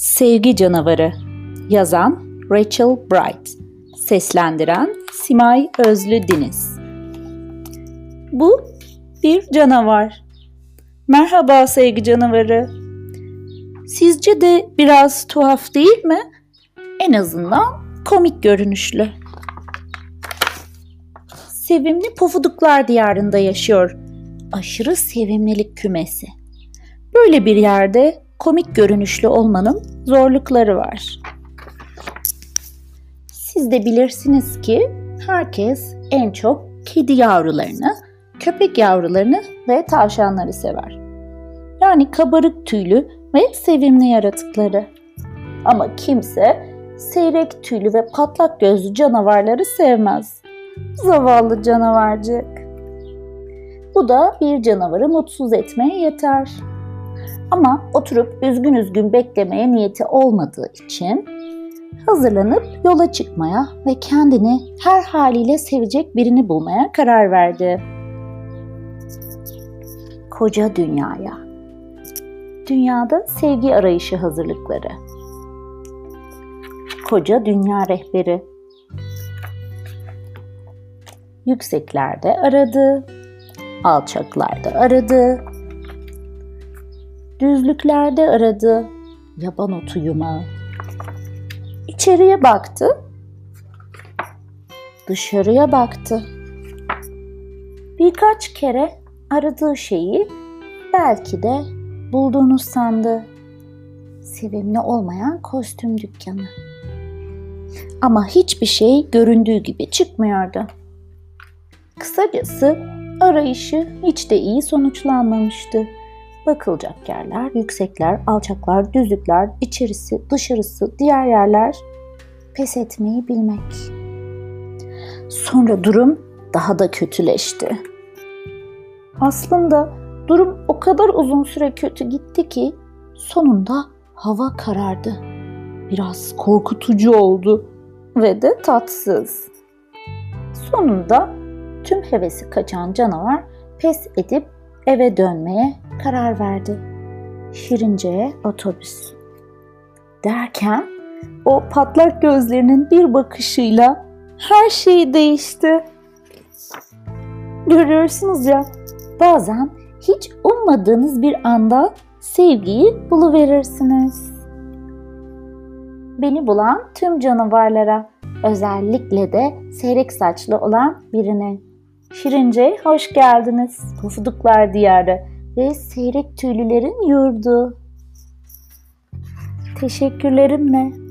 Sevgi Canavarı. Yazan Rachel Bright. Seslendiren Simay Özlü Diniz. Bu bir canavar. Merhaba sevgi canavarı. Sizce de biraz tuhaf değil mi? En azından komik görünüşlü. Sevimli Pofuduklar diyarında yaşıyor. Aşırı sevimlilik kümesi. Böyle bir yerde komik görünüşlü olmanın zorlukları var. Siz de bilirsiniz ki herkes en çok kedi yavrularını, köpek yavrularını ve tavşanları sever. Yani kabarık tüylü ve sevimli yaratıkları. Ama kimse seyrek tüylü ve patlak gözlü canavarları sevmez. Zavallı canavarcık. Bu da bir canavarı mutsuz etmeye yeter. Ama oturup üzgün üzgün beklemeye niyeti olmadığı için hazırlanıp yola çıkmaya ve kendini her haliyle sevecek birini bulmaya karar verdi. Koca dünyaya. Dünyada sevgi arayışı hazırlıkları. Koca dünya rehberi. Yükseklerde aradı, alçaklarda aradı, düzlüklerde aradı, yaban otu yumağı. İçeriye baktı, dışarıya baktı. Birkaç kere aradığı şeyi belki de bulduğunu sandı. Sevimli olmayan kostüm dükkanı. Ama hiçbir şey göründüğü gibi çıkmıyordu. Kısacası arayışı hiç de iyi sonuçlanmamıştı. Bakılacak yerler, yüksekler, alçaklar, düzlükler, içerisi, dışarısı, diğer yerler, pes etmeyi bilmek. Sonra durum daha da kötüleşti. Aslında durum o kadar uzun süre kötü gitti ki sonunda hava karardı. Biraz korkutucu oldu ve de tatsız. Sonunda tüm hevesi kaçan canavar pes edip eve dönmeye karar verdi. Şirince'ye otobüs. Derken o patlak gözlerinin bir bakışıyla her şey değişti. Görüyorsunuz ya, bazen hiç ummadığınız bir anda sevgiyi buluverirsiniz. Beni bulan tüm canavarlara, özellikle de seyrek saçlı olan birine. Şirince hoş geldiniz. Pofuduklar diyarı ve seyrek tüylülerin yurdu. Teşekkürlerimle.